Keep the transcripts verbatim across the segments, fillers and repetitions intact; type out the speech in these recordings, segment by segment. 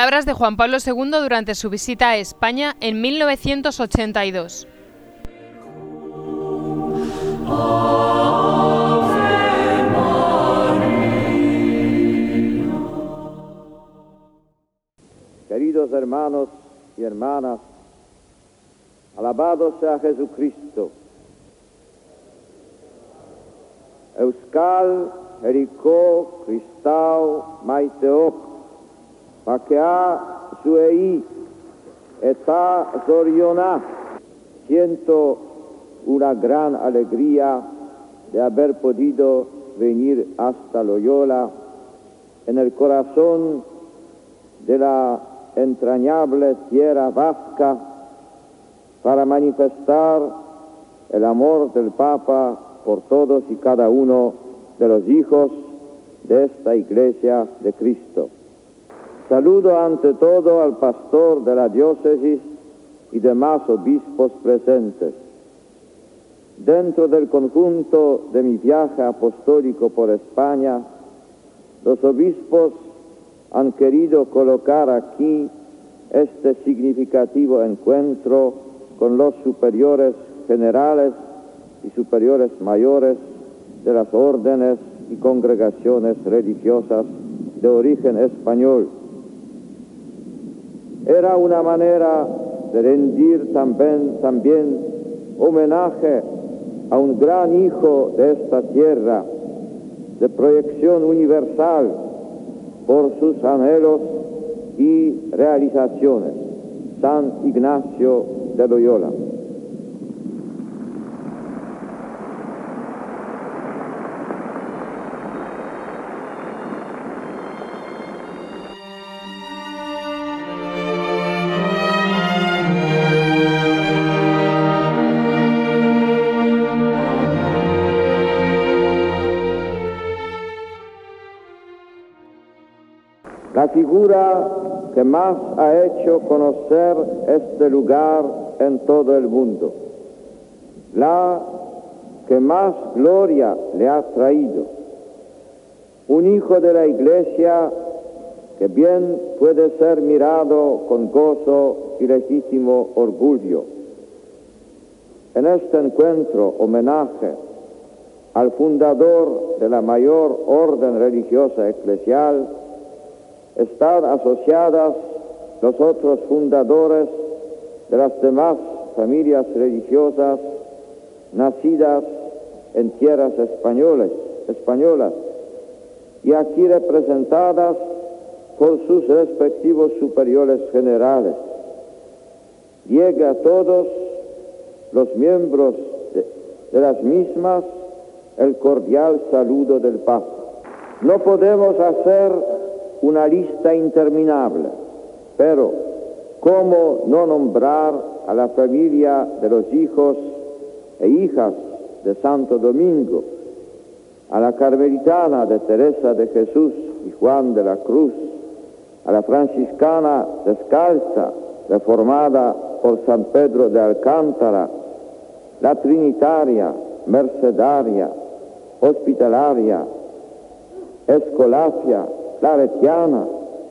palabras de Juan Pablo segundo durante su visita a España en mil novecientos ochenta y dos. Queridos hermanos y hermanas, alabado sea Jesucristo. Euskal Heriko Kristau Maiteok Pakea Suei Eta Zoriona. Siento una gran alegría de haber podido venir hasta Loyola, en el corazón de la entrañable tierra vasca, para manifestar el amor del Papa por todos y cada uno de los hijos de esta Iglesia de Cristo. Saludo ante todo al pastor de la diócesis y demás obispos presentes. Dentro del conjunto de mi viaje apostólico por España, los obispos han querido colocar aquí este significativo encuentro con los superiores generales y superiores mayores de las órdenes y congregaciones religiosas de origen español. Era una manera de rendir también, también homenaje a un gran hijo de esta tierra, de proyección universal por sus anhelos y realizaciones, San Ignacio de Loyola. La figura que más ha hecho conocer este lugar en todo el mundo, la que más gloria le ha traído, un hijo de la Iglesia que bien puede ser mirado con gozo y legítimo orgullo. En este encuentro, homenaje al fundador de la mayor orden religiosa eclesial, están asociadas los otros fundadores de las demás familias religiosas nacidas en tierras españolas, españolas y aquí representadas por sus respectivos superiores generales. Llega a todos los miembros de, de las mismas el cordial saludo del Papa. No podemos hacer una lista interminable, pero ¿cómo no nombrar a la familia de los hijos e hijas de Santo Domingo, a la carmelitana de Teresa de Jesús y Juan de la Cruz, a la franciscana descalza, reformada por San Pedro de Alcántara, la trinitaria, mercedaria, hospitalaria, escolacia, claretiana,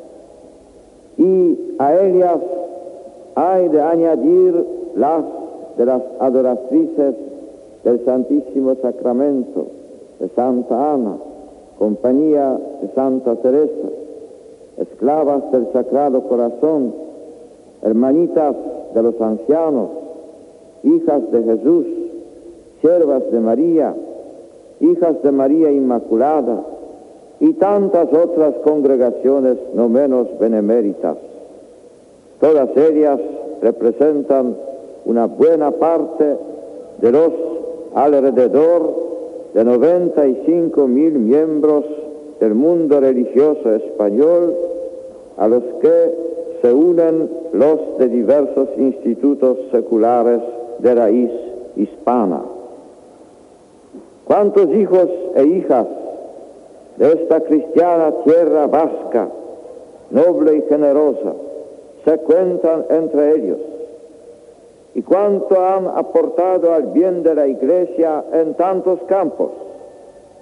y a ellas hay de añadir las de las adoratrices del Santísimo Sacramento, de Santa Ana, Compañía de Santa Teresa, esclavas del Sagrado Corazón, hermanitas de los ancianos, hijas de Jesús, siervas de María, hijas de María Inmaculada, y tantas otras congregaciones no menos beneméritas. Todas ellas representan una buena parte de los alrededor de noventa y cinco mil miembros del mundo religioso español, a los que se unen los de diversos institutos seculares de raíz hispana. ¿Cuántos hijos e hijas de esta cristiana tierra vasca, noble y generosa, se cuentan entre ellos? ¿Y cuánto han aportado al bien de la Iglesia en tantos campos?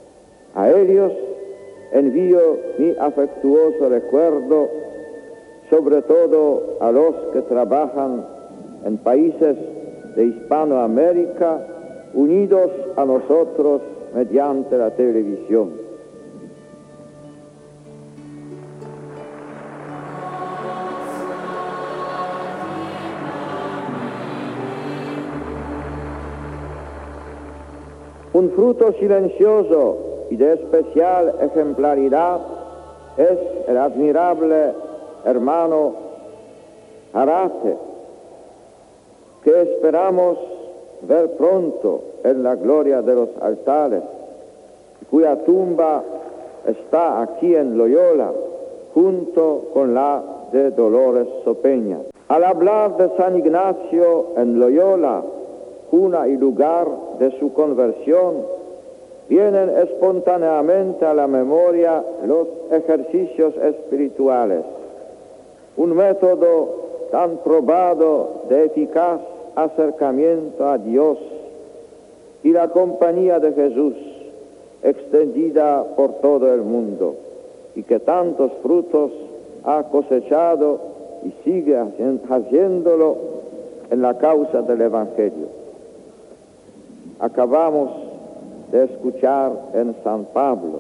A ellos envío mi afectuoso recuerdo, sobre todo a los que trabajan en países de Hispanoamérica, unidos a nosotros mediante la televisión. Un fruto silencioso y de especial ejemplaridad es el admirable hermano Jarate, que esperamos ver pronto en la gloria de los altares, cuya tumba está aquí en Loyola, junto con la de Dolores Sopeña. Al hablar de San Ignacio en Loyola, cuna y lugar de su conversión, vienen espontáneamente a la memoria los ejercicios espirituales, un método tan probado de eficaz acercamiento a Dios y la compañía de Jesús extendida por todo el mundo y que tantos frutos ha cosechado y sigue haciéndolo en la causa del Evangelio. Acabamos de escuchar en San Pablo: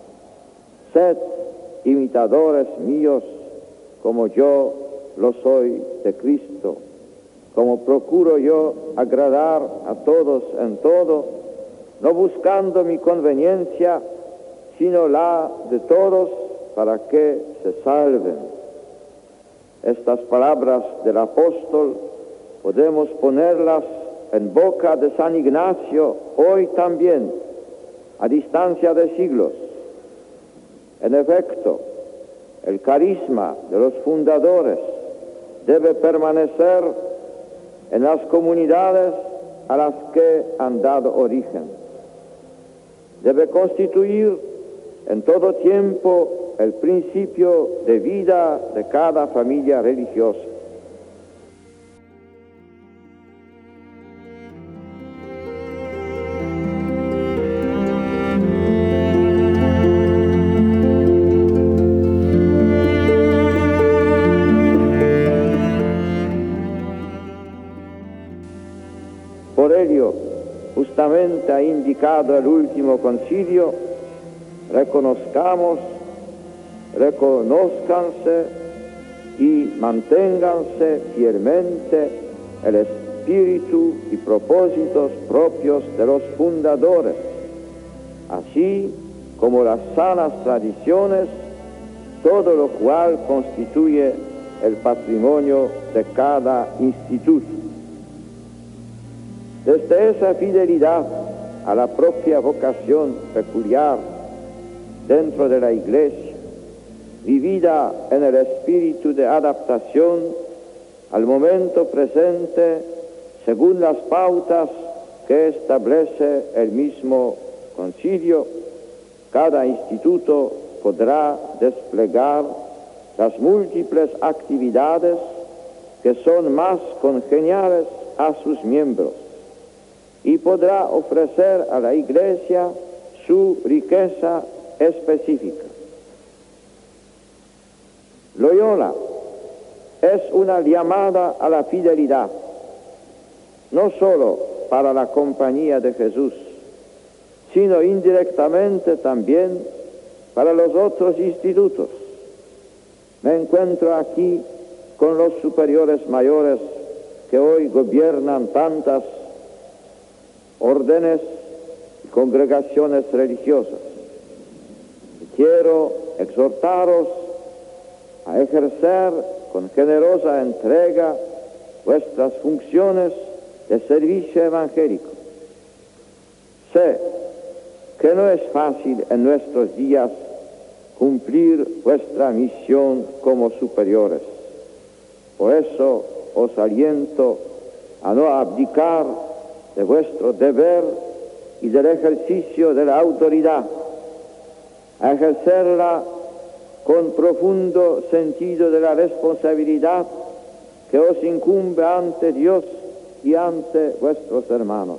sed imitadores míos como yo lo soy de Cristo, como procuro yo agradar a todos en todo, no buscando mi conveniencia, sino la de todos para que se salven. Estas palabras del apóstol podemos ponerlas en boca de San Ignacio hoy también, a distancia de siglos. En efecto, el carisma de los fundadores debe permanecer en las comunidades a las que han dado origen. Debe constituir en todo tiempo el principio de vida de cada familia religiosa. Por ello, justamente ha indicado el último concilio: reconozcamos, reconózcanse y manténganse fielmente el espíritu y propósitos propios de los fundadores, así como las sanas tradiciones, todo lo cual constituye el patrimonio de cada instituto. Desde esa fidelidad a la propia vocación peculiar dentro de la Iglesia, vivida en el espíritu de adaptación al momento presente según las pautas que establece el mismo concilio, cada instituto podrá desplegar las múltiples actividades que son más congeniales a sus miembros y podrá ofrecer a la Iglesia su riqueza específica. Loyola es una llamada a la fidelidad, no solo para la compañía de Jesús, sino indirectamente también para los otros institutos. Me encuentro aquí con los superiores mayores que hoy gobiernan tantas órdenes y congregaciones religiosas. Y quiero exhortaros a ejercer con generosa entrega vuestras funciones de servicio evangélico. Sé que no es fácil en nuestros días cumplir vuestra misión como superiores. Por eso os aliento a no abdicar de vuestro deber y del ejercicio de la autoridad, a ejercerla con profundo sentido de la responsabilidad que os incumbe ante Dios y ante vuestros hermanos.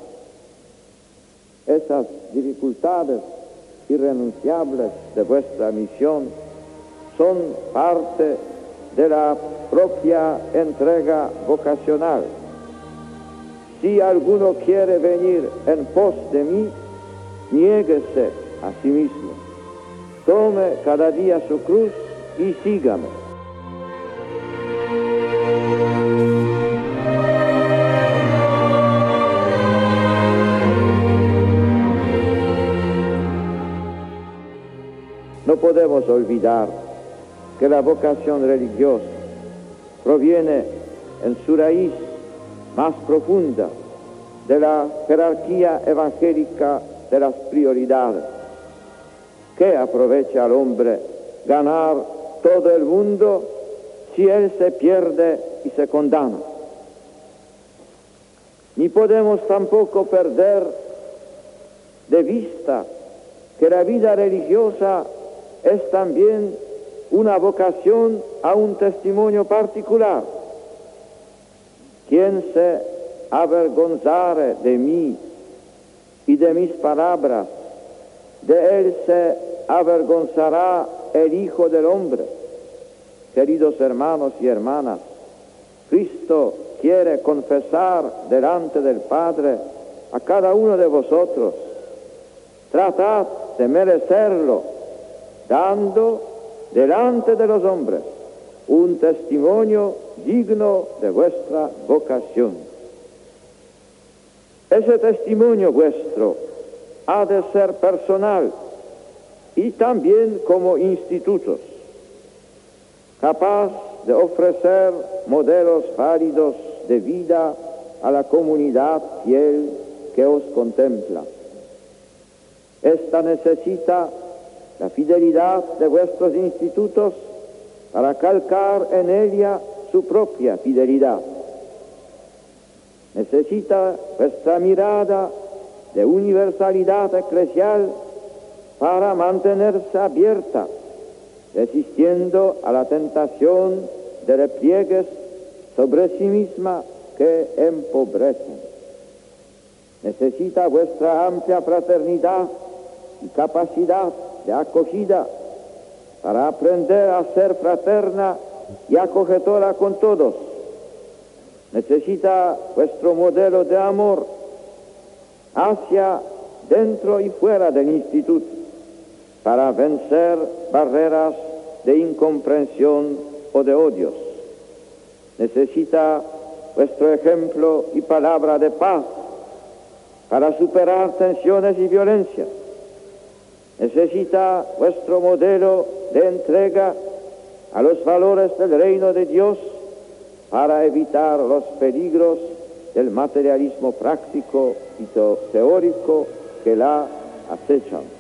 Esas dificultades irrenunciables de vuestra misión son parte de la propia entrega vocacional. Si alguno quiere venir en pos de mí, niéguese a sí mismo, tome cada día su cruz y sígame. No podemos olvidar que la vocación religiosa proviene en su raíz más profunda de la jerarquía evangélica de las prioridades. ¿Qué aprovecha al hombre ganar todo el mundo si él se pierde y se condena? Ni podemos tampoco perder de vista que la vida religiosa es también una vocación a un testimonio particular. Quien se avergonzare de mí y de mis palabras, de él se avergonzará el Hijo del Hombre. Queridos hermanos y hermanas, Cristo quiere confesar delante del Padre a cada uno de vosotros. Tratad de merecerlo, dando delante de los hombres un testimonio digno de vuestra vocación. Ese testimonio vuestro ha de ser personal y también como institutos, capaz de ofrecer modelos válidos de vida a la comunidad fiel que os contempla. Esta necesita la fidelidad de vuestros institutos para calcar en ella su propia fidelidad. Necesita vuestra mirada de universalidad eclesial para mantenerse abierta, resistiendo a la tentación de repliegues sobre sí misma que empobrecen. Necesita vuestra amplia fraternidad y capacidad de acogida para aprender a ser fraterna y acogedora con todos. Necesita vuestro modelo de amor hacia dentro y fuera del instituto para vencer barreras de incomprensión o de odios. Necesita vuestro ejemplo y palabra de paz para superar tensiones y violencias. Necesita vuestro modelo de entrega a los valores del reino de Dios para evitar los peligros del materialismo práctico y teórico que la acechan.